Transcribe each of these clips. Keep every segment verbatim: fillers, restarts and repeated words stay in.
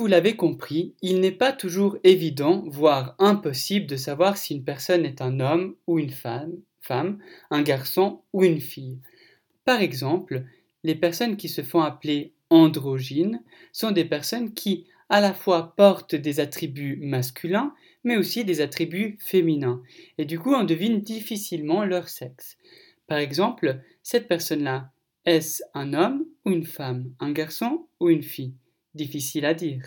vous l'avez compris, il n'est pas toujours évident, voire impossible, de savoir si une personne est un homme ou une femme, femme, un garçon ou une fille. Par exemple, les personnes qui se font appeler androgynes sont des personnes qui à la fois portent des attributs masculins, mais aussi des attributs féminins. Et du coup, on devine difficilement leur sexe. Par exemple, cette personne-là, est-ce un homme ou une femme, un garçon ou une fille? Difficile à dire.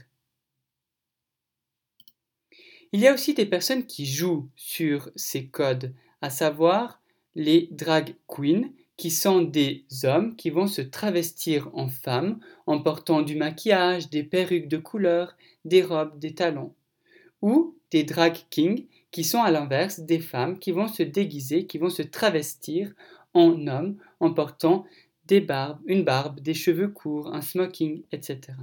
Il y a aussi des personnes qui jouent sur ces codes, à savoir les drag queens, qui sont des hommes qui vont se travestir en femmes en portant du maquillage, des perruques de couleur, des robes, des talons. Ou des drag kings, qui sont à l'inverse des femmes qui vont se déguiser, qui vont se travestir en hommes en portant des barbes, une barbe, des cheveux courts, un smoking, et cetera.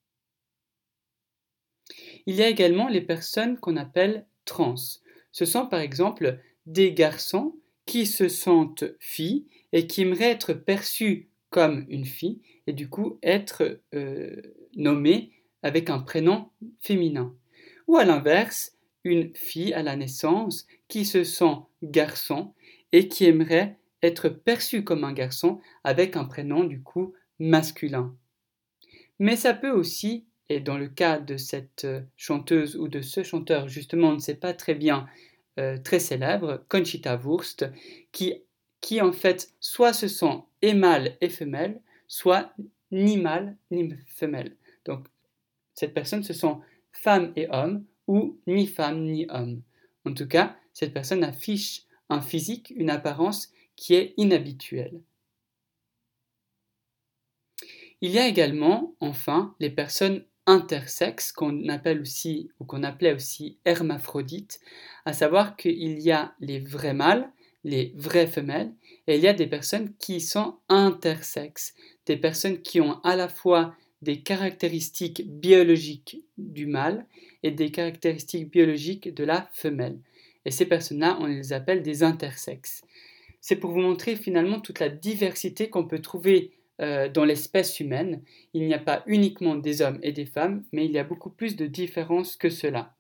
Il y a également les personnes qu'on appelle trans. Ce sont par exemple des garçons qui se sentent filles et qui aimeraient être perçus comme une fille et du coup être euh, nommés avec un prénom féminin. Ou à l'inverse, une fille à la naissance qui se sent garçon et qui aimerait être perçue comme un garçon avec un prénom du coup masculin. Mais ça peut aussi, et dans le cas de cette chanteuse ou de ce chanteur, justement, on ne sait pas très bien, euh, très célèbre, Conchita Wurst, qui, qui en fait soit se sent et mâle et femelle, soit ni mâle ni femelle. Donc cette personne se sent femme et homme, ou ni femme ni homme. En tout cas, cette personne affiche un physique, une apparence qui est inhabituelle. Il y a également, enfin, les personnes intersexes qu'on appelle aussi ou qu'on appelait aussi hermaphrodites, à savoir qu'il y a les vrais mâles, les vraies femelles, et il y a des personnes qui sont intersexes, des personnes qui ont à la fois des caractéristiques biologiques du mâle et des caractéristiques biologiques de la femelle. Et ces personnes-là, on les appelle des intersexes. C'est pour vous montrer finalement toute la diversité qu'on peut trouver euh, dans l'espèce humaine. Il n'y a pas uniquement des hommes et des femmes, mais il y a beaucoup plus de différences que cela.